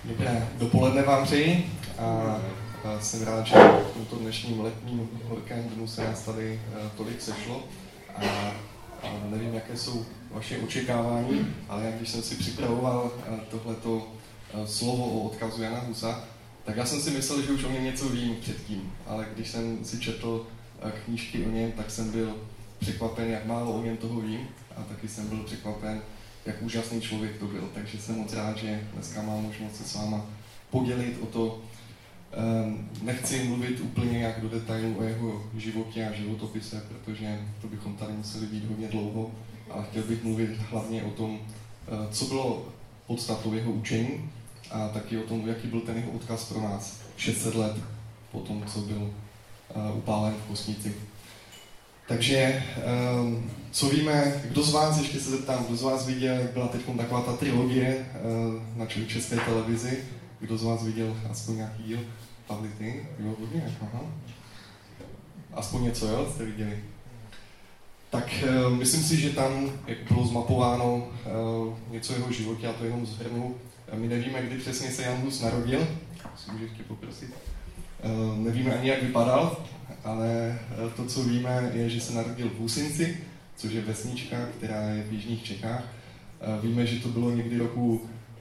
Dobré dopoledne vám přeji a jsem rád, že v tomto dnešním letním horkém dnu se nás tady tolik sešlo a nevím, jaké jsou vaše očekávání, ale jak když jsem si připravoval tohleto slovo o odkazu Jana Husa, tak já jsem si myslel, že už o něm něco vím předtím, ale když jsem si četl knížky o něm, tak jsem byl překvapen, jak málo o něm toho vím a taky jsem byl překvapen, jak úžasný člověk to byl. Takže jsem moc rád, že dneska mám možnost se s váma podělit o to. Nechci mluvit úplně jak do detailu o jeho životě a životopise, protože to bychom tady museli být hodně dlouho, ale chtěl bych mluvit hlavně o tom, co bylo podstatou jeho učení a taky o tom, jaký byl ten jeho odkaz pro nás 600 let po tom, co byl upálen v kostnici. Takže, co víme, kdo z vás, ještě se zeptám, kdo z vás viděl, jak byla teď taková ta trilogie na České televizi, kdo z vás viděl aspoň nějaký díl? Pavli, ty? Jo, hodně, aha. Aspoň něco, jo, jste viděli? Tak myslím si, že tam, jak bylo zmapováno něco jeho životě, a to jenom shrnu, my nevíme, kdy přesně se Jan Hus narodil, si můžu ještě poprosit. Nevíme ani, jak vypadal, ale to, co víme, je, že se narodil v Husinci, což je vesnička, která je v jižních Čechách. Víme, že to bylo někdy roku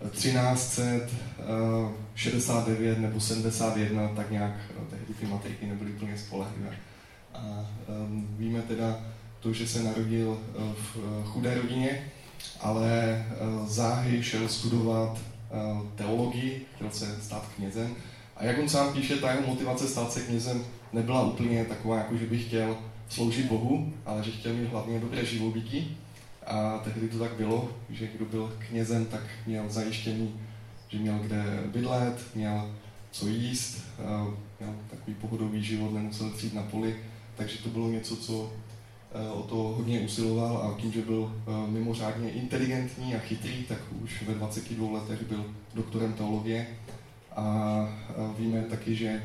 1369 nebo 71, tak nějak, tehdy ty matriky nebyly plně spolehlivé. A víme teda to, že se narodil v chudé rodině, ale záhy šel studovat teologii, chtěl se stát knězem. A jak on sám píše, ta jeho motivace stát se knězem nebyla úplně taková, jako že by chtěl sloužit Bohu, ale že chtěl mít hlavně dobré živobytí. A tehdy to tak bylo, že kdo byl knězem, tak měl zajištění, že měl kde bydlet, měl co jíst, měl takový pohodový život, nemusel přijít na poli. Takže to bylo něco, co o to hodně usiloval a tím, že byl mimořádně inteligentní a chytrý, tak už ve 22 letech byl doktorem teologie. A víme taky, že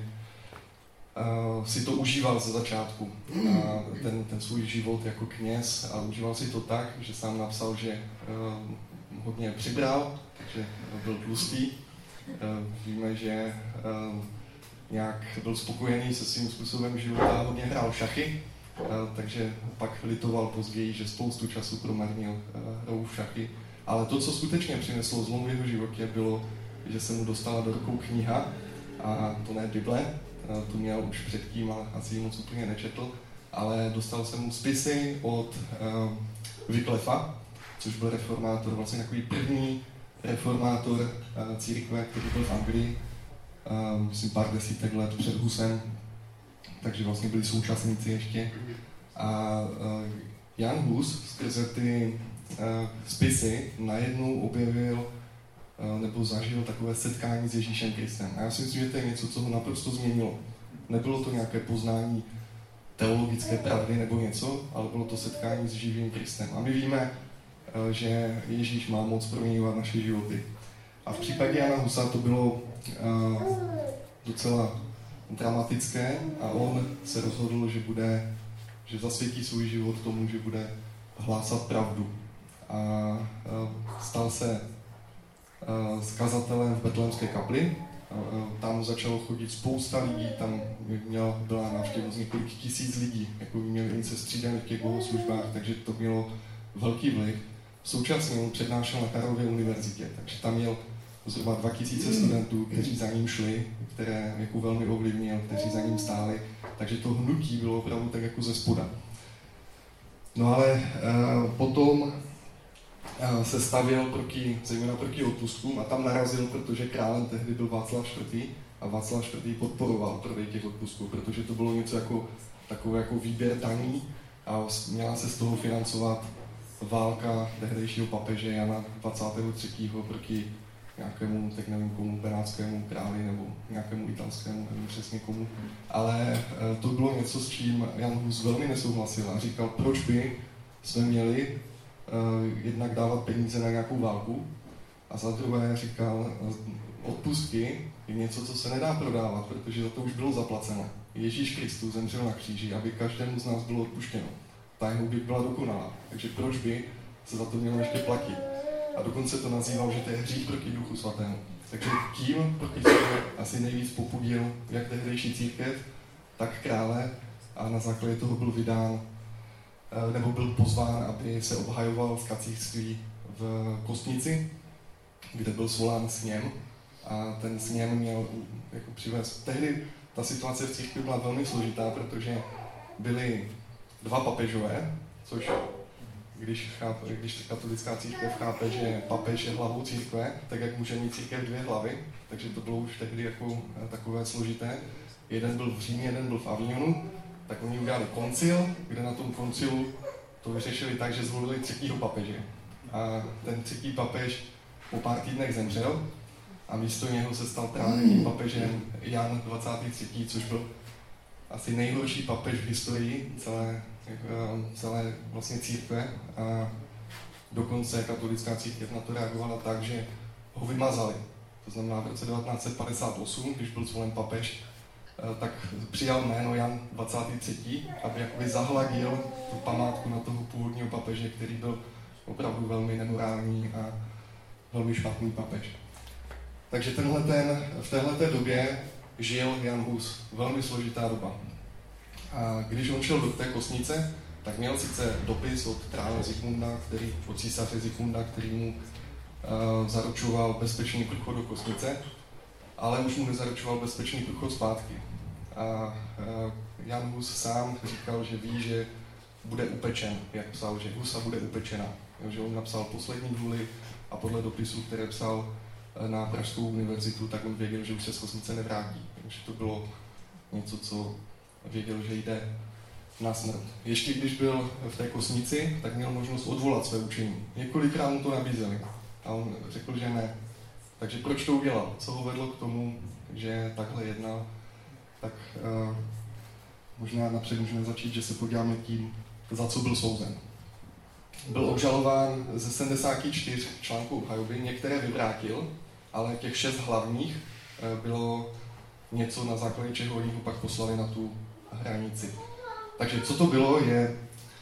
si to užíval ze začátku, ten svůj život jako kněz, a užíval si to tak, že sám napsal, že hodně přibral, takže byl tlustý. Víme, že nějak byl spokojený se svým způsobem života, hodně hrál šachy, takže pak litoval později, že spoustu času promarnil hrou v šachy. Ale to, co skutečně přineslo zlom v jeho životě, bylo, že se mu dostala do rukou kniha, a to ne Bible, tu měl už předtím, ale asi ji moc úplně nečetl, ale dostal se mu spisy od Wycliffa, což byl reformátor, vlastně takový první reformátor církve, který byl v Anglii, myslím pár desítek let před Husem, takže vlastně byli současníci ještě. A Jan Hus skrze ty spisy najednou objevil nebo zažil takové setkání s Ježíšem Kristem. A já si myslím, že to je něco, co ho naprosto změnilo. Nebylo to nějaké poznání teologické pravdy nebo něco, ale bylo to setkání s živým Kristem. A my víme, že Ježíš má moc proměňovat naše životy. A v případě Jana Husa to bylo docela dramatické a on se rozhodl, že zasvětí svůj život tomu, že bude hlásat pravdu. A stal se s Betlémské kapli. Tam začalo chodit spousta lidí, tam byla návštěvnost několik tisíc lidí, jako měli se střídali v těch bohoslužbách, takže to mělo velký vliv. Současně on přednášel na Karlově univerzitě, takže tam měl zhruba 2000 studentů, kteří za ním šli, které jako velmi ovlivnil, kteří za ním stáli, takže to hnutí bylo opravdu tak jako ze spoda. No ale potom se stavěl zejména proti odpustkům a tam narazil, protože králem tehdy byl Václav IV. A Václav IV. Podporoval prodej těch odpustků, protože to bylo něco jako takové jako výběr daní a měla se z toho financovat válka tehdejšího papeže Jana 23. proti nějakému, teď nevím komu, benátskému králi nebo nějakému italskému, nevím přesně komu. Ale to bylo něco, s čím Jan Hus velmi nesouhlasil a říkal, proč by jsme měli jednak dávat peníze na nějakou válku a za druhé říkal, odpustky je něco, co se nedá prodávat, protože za to už bylo zaplaceno. Ježíš Kristus zemřel na kříži, aby každému z nás bylo odpuštěno. Ta jeho oběť byla dokonalá, takže proč by se za to mělo ještě platit? A dokonce to nazýval, že to je hřích proti Duchu Svatému. Takže tím, protože asi nejvíc popudil jak tehdejší církev, tak krále a na základě toho byl vydán, nebo byl pozván, aby se obhajoval v kacířství v Kostnici, kde byl svolán sněm a ten sněm měl jako přivést. Tehdy ta situace v církvi byla velmi složitá, protože byli dva papežové, což když katolická církev chápe, že papež je hlavou církve, tak jak může mít církev dvě hlavy, takže to bylo už tehdy jako takové složité. Jeden byl v Římě, jeden byl v Avignonu, tak oni udělali koncil, kde na tom koncilu to vyřešili tak, že zvolili třetího papeže. A ten třetí papež po pár týdnech zemřel a místo něho se stal právě tím papežem Jan 23., což byl asi nejhorší papež v historii celé vlastně církve. A dokonce katolická církev na to reagovala tak, že ho vymazali. To znamená v roce 1958, když byl zvolen papež, tak přijal jméno Jan 23., aby jakoby zahladil tu památku na toho původního papeže, který byl opravdu velmi nemorální a velmi špatný papež. Takže v téhleté době žil Jan Hus. Velmi složitá doba. A když on šel do té Kostnice, tak měl sice dopis od krále Zikmunda, od císaře Zikmunda, který mu zaručoval bezpečný průchod do Kostnice, ale už mu nezaručoval bezpečný průchod zpátky. A Jan Hus sám říkal, že ví, že bude upečen, jak psal, že Husa bude upečena. Že on napsal poslední vůli a podle dopisů, které psal na Pražskou univerzitu, tak on věděl, že už se z Kostnice nevrátí. Takže to bylo něco, co věděl, že jde na smrt. Ještě když byl v té Kostnici, tak měl možnost odvolat své učení. Několikrát mu to nabízeli a on řekl, že ne. Takže proč to udělal? Co ho vedlo k tomu, že takhle jednal? Tak možná napřed můžeme začít, že se podíváme tím, za co byl souzen. Byl obžalován ze 74 článků obhajoby, některé vyvrátil, ale těch 6 hlavních bylo něco, na základě čeho oni ho pak poslali na tu hranici. Takže co to bylo, je,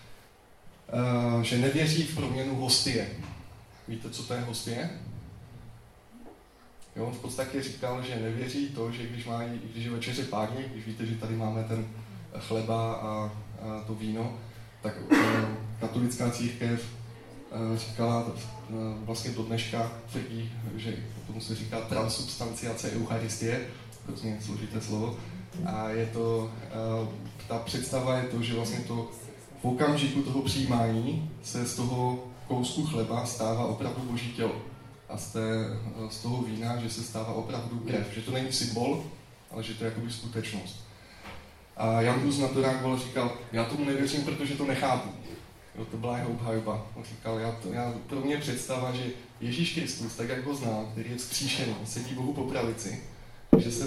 že nevěří v proměnu hostie. Víte, co to je hostie? Jo, on v podstatě říkal, že nevěří to, že když je večeře pární, když víte, že tady máme ten chleba a to víno, tak katolická církev říkala vlastně do dneška tvrdí, že tomu se říká transubstanciace eucharistie, hrozně složité slovo. A je to, ta představa je to, že vlastně to v okamžiku toho přijímání se z toho kousku chleba stává opravdu boží tělo. A z toho vína, že se stává opravdu krev. Že to není symbol, ale že to je jakoby skutečnost. A Jan Hus na to reagoval a říkal, já tomu nevěřím, protože to nechápu. Jo, to byla jeho obhajoba. On říkal, pro mě představa, že Ježíš Kristus, tak jak ho znám, který je vzkříšený, sedí Bohu po pravici, že se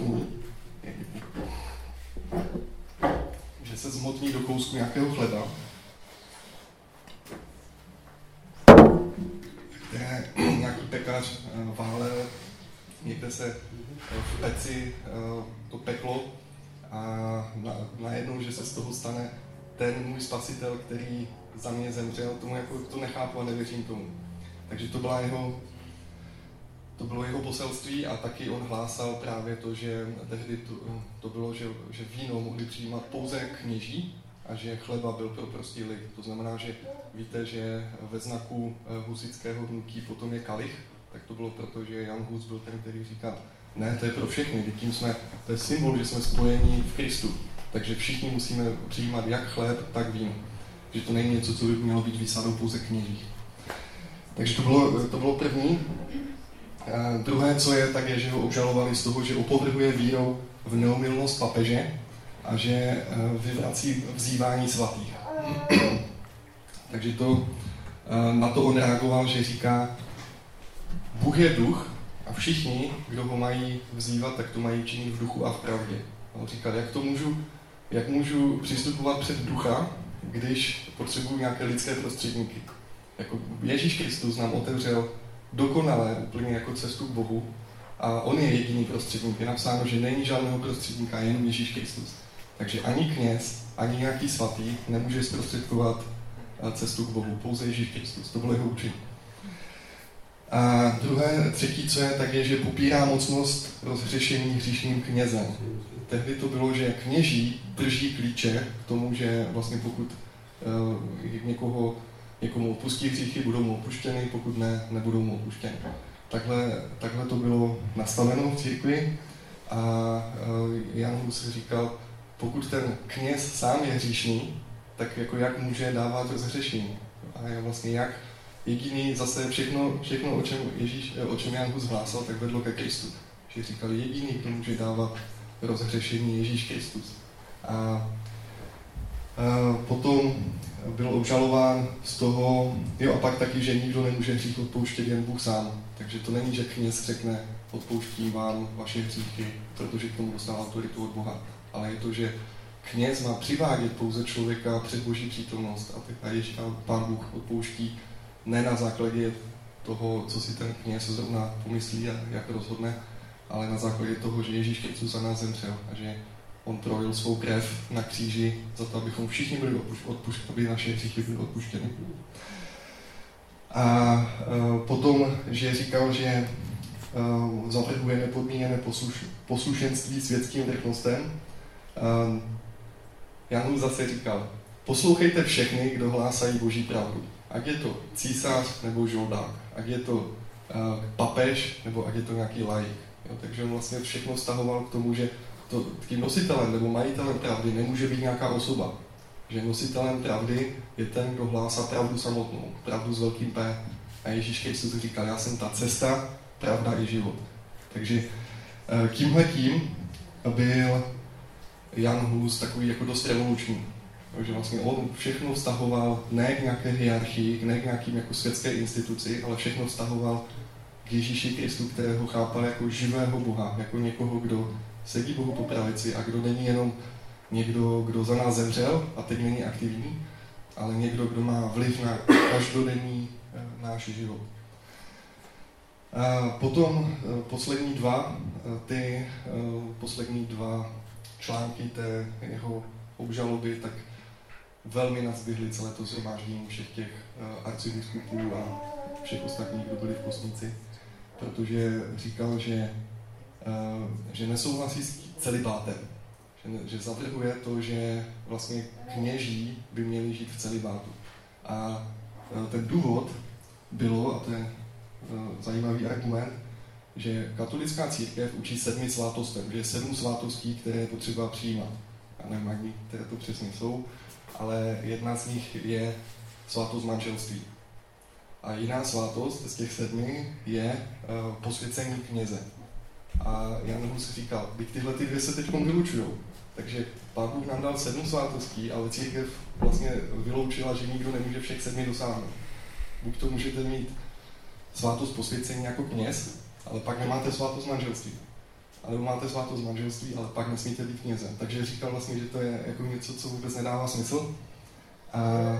zmotní do kousku nějakého chleba, které nějaký pekař válel, někde se v peci to peklo a najednou, že se z toho stane ten můj spasitel, který za mě zemřel, tomu jako to nechápu a nevěřím tomu. Takže to bylo jeho poselství a taky on hlásal právě to, že tehdy to bylo, že víno mohli přijímat pouze kněží a že chleba byl pro prostý lid. To znamená, že víte, že ve znaku husického hnutí potom je kalich, tak to bylo proto, že Jan Hus byl ten, který říkal, ne, to je pro všechny, to je symbol, že jsme spojeni v Kristu. Takže všichni musíme přijímat jak chléb, tak víno. Že to není něco, co by mělo být výsadou pouze kněžích. Takže to bylo první. Druhé, co je, tak je, že ho obžalovali z toho, že opovrhuje vírou v neomylnost papeže a že vyvrací vzývání svatých. Takže na to on reagoval, že říká, Bůh je duch a všichni, kdo ho mají vzývat, tak to mají činit v duchu a v pravdě. A on říkal, jak můžu přistupovat před ducha, když potřebuji nějaké lidské prostředníky. Jako Ježíš Kristus nám otevřel dokonale úplně jako cestu k Bohu a on je jediný prostředník. Je napsáno, že není žádného prostředníka, jenom Ježíš Kristus. Takže ani kněz, ani nějaký svatý nemůže zprostředkovat cestu k Bohu, pouze Ježíš Kristus. To bylo jeho učení. A třetí, co je, tak je, že popírá mocnost rozhřešení hříšným knězem. Tehdy to bylo, že kněží drží klíče k tomu, že vlastně pokud někomu odpustí hříchy, budou mu odpuštěny, pokud ne, nebudou mu odpuštěny. Takhle to bylo nastaveno v církvi a Jan Hus říkal, pokud ten kněz sám je hříšný, tak jako jak může dávat rozhřešení. A je vlastně jak jediný zase všechno o čem Jan Hus hlásal, tak vedlo ke Kristu. Že říkal, jediný, kdo může dávat rozhřešení, Ježíš Kristus. A potom byl obžalován z toho, a pak taky, že nikdo nemůže hřích odpouštět, jen Bůh sám. Takže to není, že kněz řekne, odpouštím vám vaše hříchy, protože k tomu dostává autoritu od Boha. Ale je to, že kněz má přivádět pouze člověka před Boží přítomnost a Pán Bůh odpouští ne na základě toho, co si ten kněz zrovna pomyslí a jak rozhodne, ale na základě toho, že Ježíš Kristus za nás zemřel a že on prolil svou krev na kříži za to, abychom všichni byli odpuštěni, aby naše hříchy byly odpuštěny. A potom, že říkal, že zavrhuje nepodmíněné poslušenství světským vrchnostem. Jan Hus zase říkal, poslouchejte všechny, kdo hlásají Boží pravdu. Ať je to císař nebo žoldák, ať je to papež nebo ať je to nějaký laik. Takže on vlastně všechno vztahoval k tomu, že tím nositelem nebo majitelem pravdy nemůže být nějaká osoba. Že nositelem pravdy je ten, kdo hlásá pravdu samotnou, pravdu s velkým P. A Ježíš Kristus říkal, já jsem ta cesta, pravda i život. Takže tímhletím byl Jan Hus takový jako dost revoluční. Takže vlastně on všechno vztahoval ne k nějaké hierarchii, ne k nějakým jako světské instituci, ale všechno vztahoval k Ježíši Kristu, kterého chápal jako živého Boha, jako někoho, kdo sedí Bohu po pravici a kdo není jenom někdo, kdo za nás zemřel a teď není aktivní, ale někdo, kdo má vliv na každodenní náš život. A potom poslední dva články té jeho obžaloby, tak velmi nazběhly celé to shromáždění všech těch arcibiskupů a všech ostatních, kdo byli v Kosnici, protože říkal, že nesouhlasí s celibátem, že zavrhuje to, že vlastně kněží by měli žít v celibátu. A ten důvod bylo, a to je zajímavý argument, že katolická církev učí 7 svátostem, že je 7 svátostí, které je potřeba přijímat. Já nevím ani, které to přesně jsou, ale jedna z nich je svátost manželství. A jiná svátost z těch 7 je posvěcení kněze. A Jan Hus říkal, byť tyhle ty dvě se teď vylučujou. Takže Pán Bůh nám dal 7 svátostí, ale církev vlastně vyloučila, že nikdo nemůže všech 7 dosáhnout. Buď to můžete mít svátost posvěcení jako kněz, ale pak nemáte svátost manželství. A nebo máte svátost manželství, ale pak nesmíte být knězem. Takže říkal vlastně, že to je jako něco, co vůbec nedává smysl. A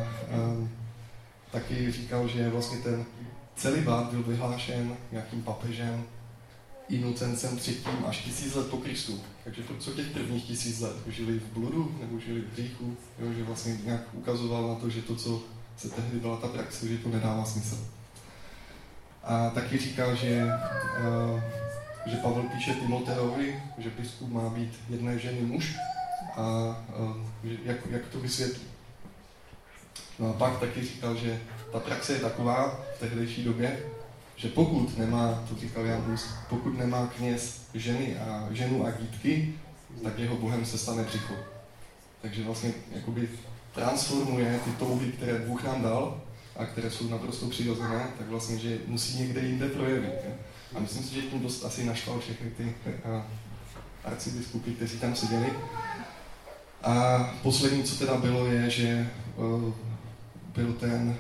taky říkal, že vlastně ten celibát byl vyhlášen nějakým papežem Inocencem III. Až 1000 let po Kristu. Takže co těch prvních 1000 let? Žili v bludu nebo žili v hříchu? Jo, že vlastně nějak ukazoval na to, že to, co se tehdy byla ta praxe, že to nedává smysl. A taky říkal, že Pavel píše Timoteovi, že biskup má být jedné ženy muž a jak to vysvětlí. No a pak taky říkal, že ta praxe je taková v tehdejší době, že pokud nemá, to říkal Jan Hus, pokud nemá kněz ženu a dítky, tak jeho bohem se stane břicho. Takže vlastně jakoby transformuje ty touhy, které Bůh nám dal a které jsou naprosto přirozené, tak vlastně, že musí někde jinde projevit. A myslím si, že tím dost asi naštval všechny ty arcibiskupy, kteří tam seděli. A poslední, co teda bylo, je, že byl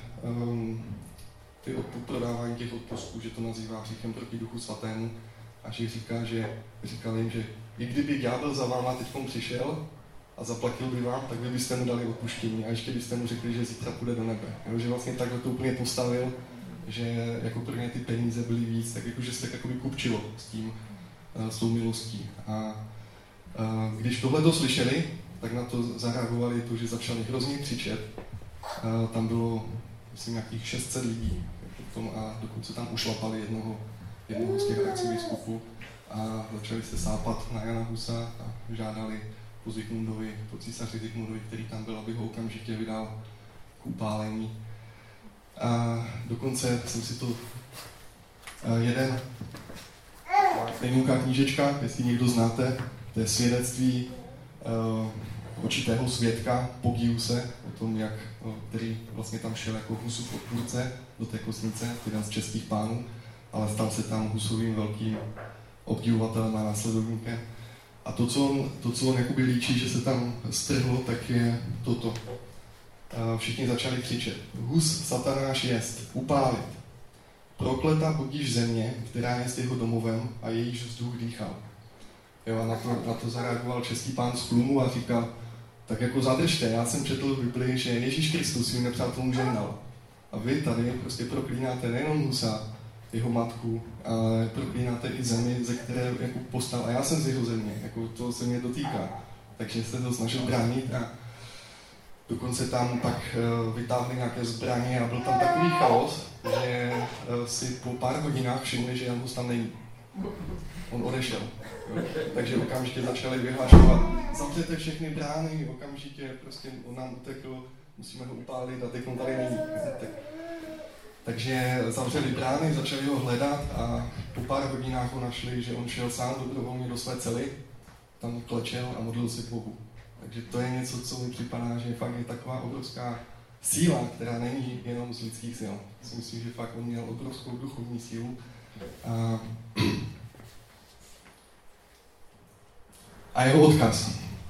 ty prodávání těch odpustků, že to nazývá hříchem proti Duchu Svatému a že říkal jim, že i kdyby ďábel za váma teďkom přišel a zaplatil by vám, tak vy byste mu dali odpuštění a ještě byste mu řekli, že zítra půjde do nebe. Jo, že vlastně takhle to úplně postavil, že jako pro ně ty peníze byly víc, tak jakože se tak jakoby kupčilo s tou milostí. A když tohle to slyšeli, tak na to zareagovali to, že začali hrozně křičet. Tam bylo, myslím, nějakých 600 lidí tom a dokonce tam ušlapali jednoho z těch arcibiskupů a začali se sápat na Jana Husa a žádali po císaři Zikmundovi, který tam byl, aby ho okamžitě vydal k upálení. A dokonce jsem si to jeden nejmouká knížečka, jestli někdo znáte, to je svědectví určitého svědka Pogiuse, o tom, který vlastně tam šel jako Husův odpůrce do té kosnice, teda z českých pánů, ale stal se tam Husovým velkým obdivovatelem a následovníkem. A to, co on jakoby líčí, že se tam strhlo, tak je toto. Všichni začali křičet. Hus satanáš jest, upálit. Prokleta budíš země, která je s jeho domovem a jejíž vzduch dýchal. Jo, a na to zareagoval český pán z Chlumu a říkal, tak jako zadržte, já jsem četl v Biblii, že Ježíš Kristus svým nepřátelům žehnal. A vy tady prostě proklínáte nejenom Husa, jeho matku, ale proklínáte i zemi, ze které jako postal. A já jsem z jeho země, jako to se mě dotýká. Takže se to snažil bránit a dokonce tam pak vytáhli nějaké zbraně a byl tam takový chaos, že si po pár hodinách všimli, že Jan Hus tam není. On odešel. Takže okamžitě začali vyhlašovat, zavřete všechny brány, okamžitě prostě on nám utekl, musíme ho upálit a teď on tady není. Takže zavřeli brány, začali ho hledat a po pár hodinách ho našli, že on šel sám dobrovolně do své cely, tam klečel a modlil se k Bohu. Takže to je něco, co mi připadá, že fakt je taková obrovská síla, která není jenom z lidských sil. Myslím, že fakt on měl obrovskou duchovní sílu. A jeho odkaz.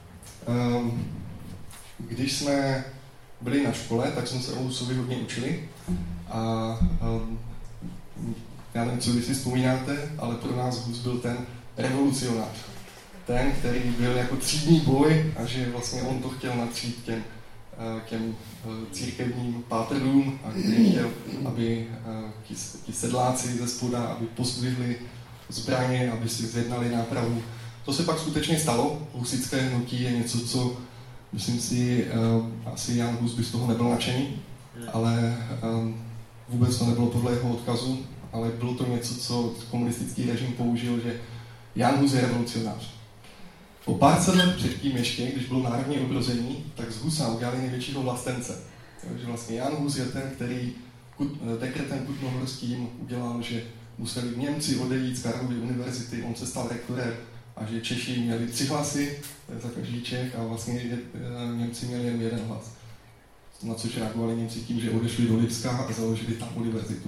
Když jsme byli na škole, tak jsme se o Husovi hodně učili. A já nevím, co vy si vzpomínáte, ale pro nás Hus byl ten revolucionář. Ten, který byl jako třídní boj a že vlastně on to chtěl natřít těm církevním páterům a který chtěl, aby ti sedláci ze spoda, aby pozdvihli zbraně, aby si zjednali nápravu. To se pak skutečně stalo. Husické hnutí je něco, co, myslím si, asi Jan Hus by z toho nebyl nadšený, ale vůbec to nebylo podle jeho odkazu, ale bylo to něco, co komunistický režim použil, že Jan Hus je revolucionář. O pár set let předtím ještě, když bylo národní obrození, tak z Husa udělali největšího vlastence. Takže vlastně Jan Hus je ten, který dekretem kutnohorským udělal, že museli Němci odejít z Karlovy univerzity, on se stal rektorem a že Češi měli 3 hlasy za každý Čech a vlastně Němci měli jen 1 hlas. Na což reagovali Němci tím, že odešli do Lipska a založili tam univerzitu.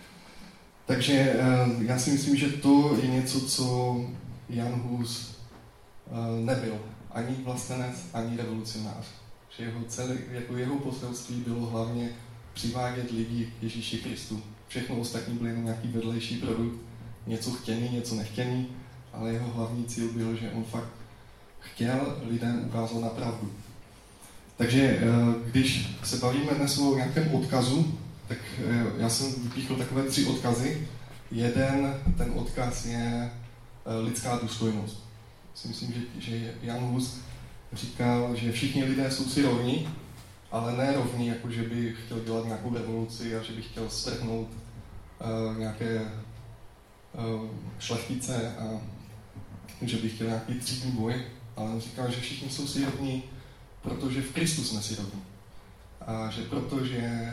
Takže já si myslím, že to je něco, co Jan Hus nebyl ani vlastenec, ani revolucionář. Že jeho poselství bylo hlavně přivádět lidi k Ježíši Kristu. Všechno ostatní bylo jenom nějaký vedlejší produkt, něco chtěný, něco nechtěný, ale jeho hlavní cíl byl, že on fakt chtěl lidem ukázat na pravdu. Takže když se bavíme dnes o nějakém odkazu, tak já jsem vypíchl takové 3 odkazy. Jeden, ten odkaz je lidská důstojnost. Myslím, že Jan Hus říkal, že všichni lidé jsou si rovní, ale ne rovní, jako že by chtěl dělat nějakou revoluci a že by chtěl strhnout nějaké šlechtice a že by chtěl nějaký třídní boj, ale on říkal, že všichni jsou si rovní, protože v Kristu jsme si rovní. A že protože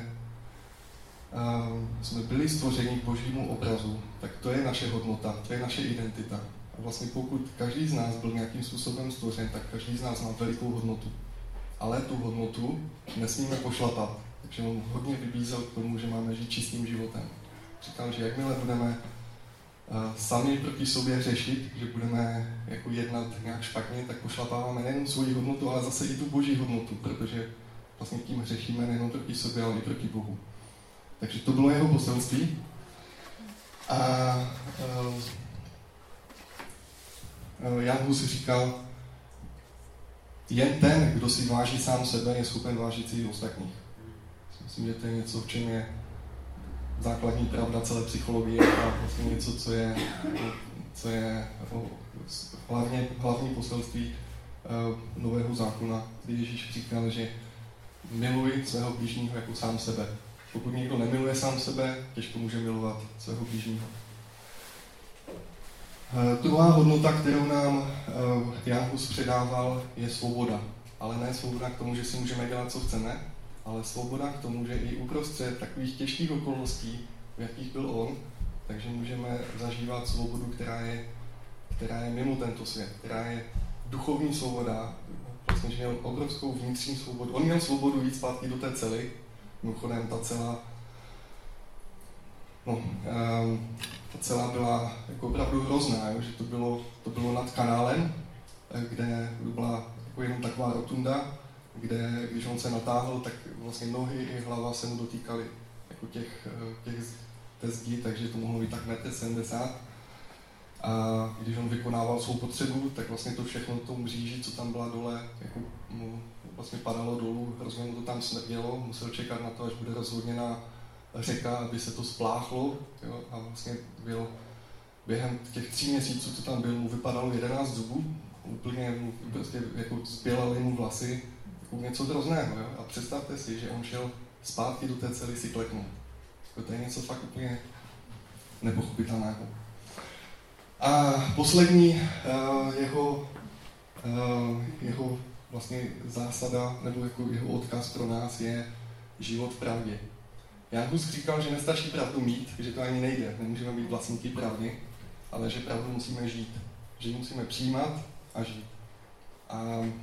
jsme byli stvořeni k Božímu obrazu, tak to je naše hodnota, to je naše identita. A vlastně pokud každý z nás byl nějakým způsobem stvořen, tak každý z nás má velikou hodnotu. Ale tu hodnotu nesmíme pošlapat. Takže on hodně vybízel k tomu, že máme žít čistým životem. Říkal, že jakmile budeme sami proti sobě řešit, že budeme jako jednat nějak špatně, tak pošlapáváme nejen svoji hodnotu, ale zase i tu Boží hodnotu, protože vlastně tím řešíme nejen proti sobě, ale i proti Bohu. Takže to bylo jeho poselství. A Jan Hus říkal, jen ten, kdo si váží sám sebe, je schopen vážit si i ostatních. Myslím, že to je něco, v čem je základní pravda celé psychologie a vlastně něco, co je hlavní poselství Nového zákona, kdy Ježíš říkal, že miluj svého blížního jako sám sebe. Pokud někdo nemiluje sám sebe, těžko může milovat svého blížního. Druhá hodnota, kterou nám Jan Hus předával, je svoboda. Ale ne svoboda k tomu, že si můžeme dělat, co chceme, ale svoboda k tomu, že i uprostřed takových těžkých okolností, v jakých byl on, takže můžeme zažívat svobodu, která je mimo tento svět, která je duchovní svoboda, vlastně, že měl obrovskou vnitřní svobodu. On měl svobodu jít zpátky do té cely, mimochodem ta cela byla jako opravdu hrozná, že to bylo nad kanálem, kde byla jako jenom taková rotunda, kde když on se natáhl, tak vlastně nohy i hlava se mu dotýkaly jako té zdi, takže to mohlo být tak 1,70 m. A když on vykonával svou potřebu, tak vlastně to všechno to mříži, co tam byla dole, jako mu vlastně padalo dolů, hrozně mu to tam smrdělo, musel čekat na to, až bude rozvodněná řeka, aby se to spláchlo, jo, a vlastně během těch 3 měsíců, co tam byl, mu vypadalo 11 zubů, úplně mu prostě jako zbělaly mu vlasy, jako něco hrozného, jo, a představte si, že on šel zpátky do té cely si kleknout. To je něco fakt úplně nepochopitelného. A poslední jeho vlastně zásada, nebo jako jeho odkaz pro nás je život v pravdě. Jan Hus říkal, že nestačí pravdu mít, že to ani nejde, nemůžeme být vlastníky pravdy, ale že pravdu musíme žít. Že ji musíme přijímat a žít. A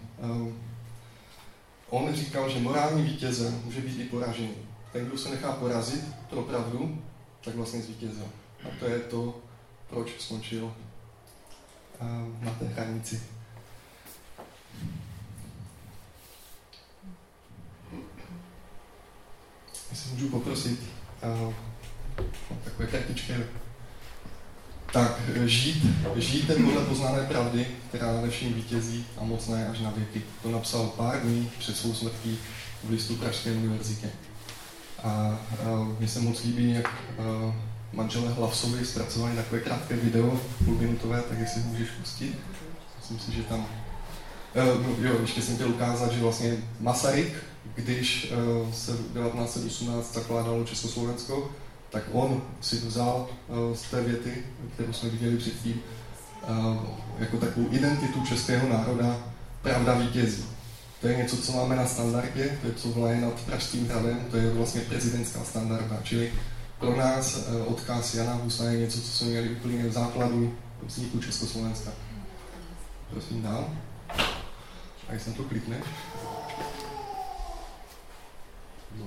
on říkal, že morální vítězem může být i poražený. Ten, kdo se nechá porazit pro pravdu, tak vlastně zvítězil. A to je to, proč skončil na té hranici. Jestli můžu poprosit takové kartičky. Tak, žijte podle poznané pravdy, která ve všem vítězí a mocné až na věky. To napsal pár dní před svou smrtí v listu Pražské univerzitě. A mně se moc líbí, jak manželé Hlavsovi zpracovali takové krátké video, půlminutové, tak jestli můžeš pustit. Myslím si, že tam... ještě jsem chtěl ukázat, že vlastně Masaryk, když se v 1918 zakládalo Československo, tak on si vzal z té věty, kterou jsme viděli předtím, jako takovou identitu českého národa, pravda vítězí. To je něco, co máme na standardě, to je, co vlaje nad Pražským hradem, to je vlastně prezidentská standarda, čili pro nás odkaz Jana Husa je něco, co jsme měli úplně v základu vzniku Československa. Prosím dál. A jestli to klikneš. No.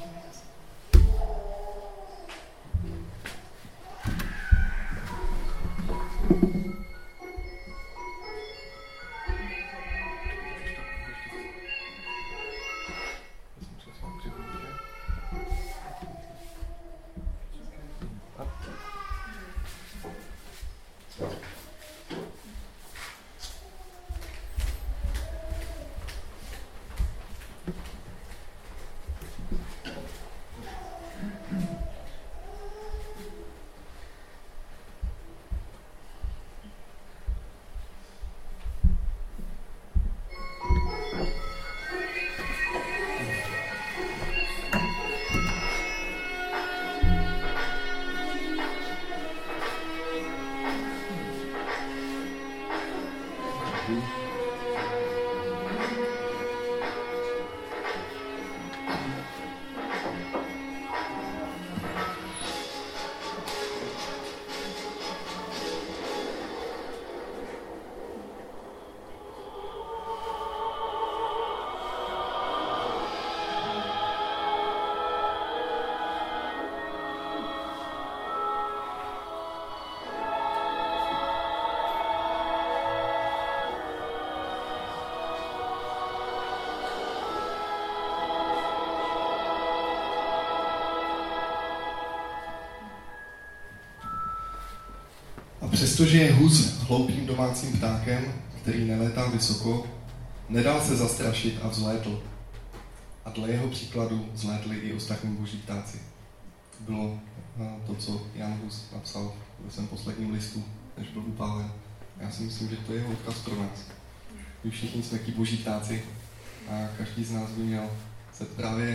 Přestože je Hus hloupým domácím ptákem, který nelétá vysoko, nedal se zastrašit a vzlétl. A dle jeho příkladu vzlétli i ostatní boží ptáci. To bylo to, co Jan Hus napsal ve svém posledním listu, než byl upálen. Já si myslím, že to je jeho odkaz pro nás. My všichni jsme ti boží ptáci a každý z nás by měl se právě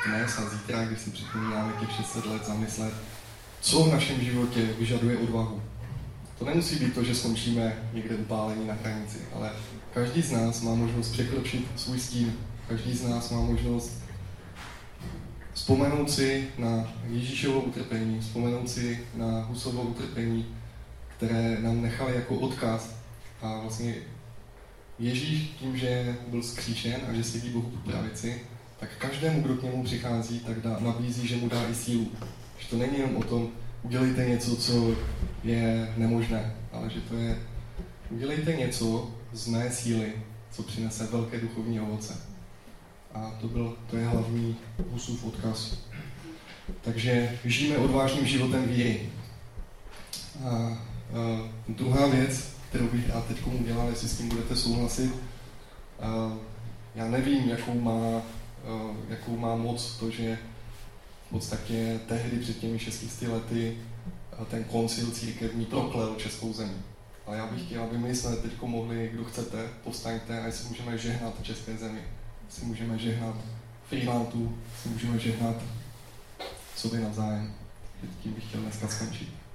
dnes a zítra, když si připomínáme těch 600 let, zamyslet, co v našem životě vyžaduje odvahu. To nemusí být to, že skončíme někde upálení na hranici, ale každý z nás má možnost překročit svůj stín. Každý z nás má možnost vzpomenout si na Ježíšovo utrpení, vzpomenout si na Husovo utrpení, které nám nechali jako odkaz. A vlastně Ježíš tím, že byl zkříšen a že sedí Bohu po pravici, tak každému, kdo k němu přichází, tak nabízí, že mu dá i sílu. Že to není jenom o tom, udělejte něco, co je nemožné, ale že to je, udělejte něco z mé síly, co přinese velké duchovní ovoce. A to je hlavní Husův odkaz. Takže žijeme odvážným životem víry. A druhá věc, kterou bych já teď udělal, jestli s tím budete souhlasit, já nevím, jakou má moc to, že v podstatě tehdy před těmi 600 lety ten koncil církevní proklel českou zemi. Ale já bych chtěl, aby my jsme teď mohli, kdo chcete, povstaňte a jestli můžeme žehnat české zemi. Si můžeme žehnat Frýlantu, si můžeme žehnat sobě navzájem. Tím bych chtěl dneska skončit.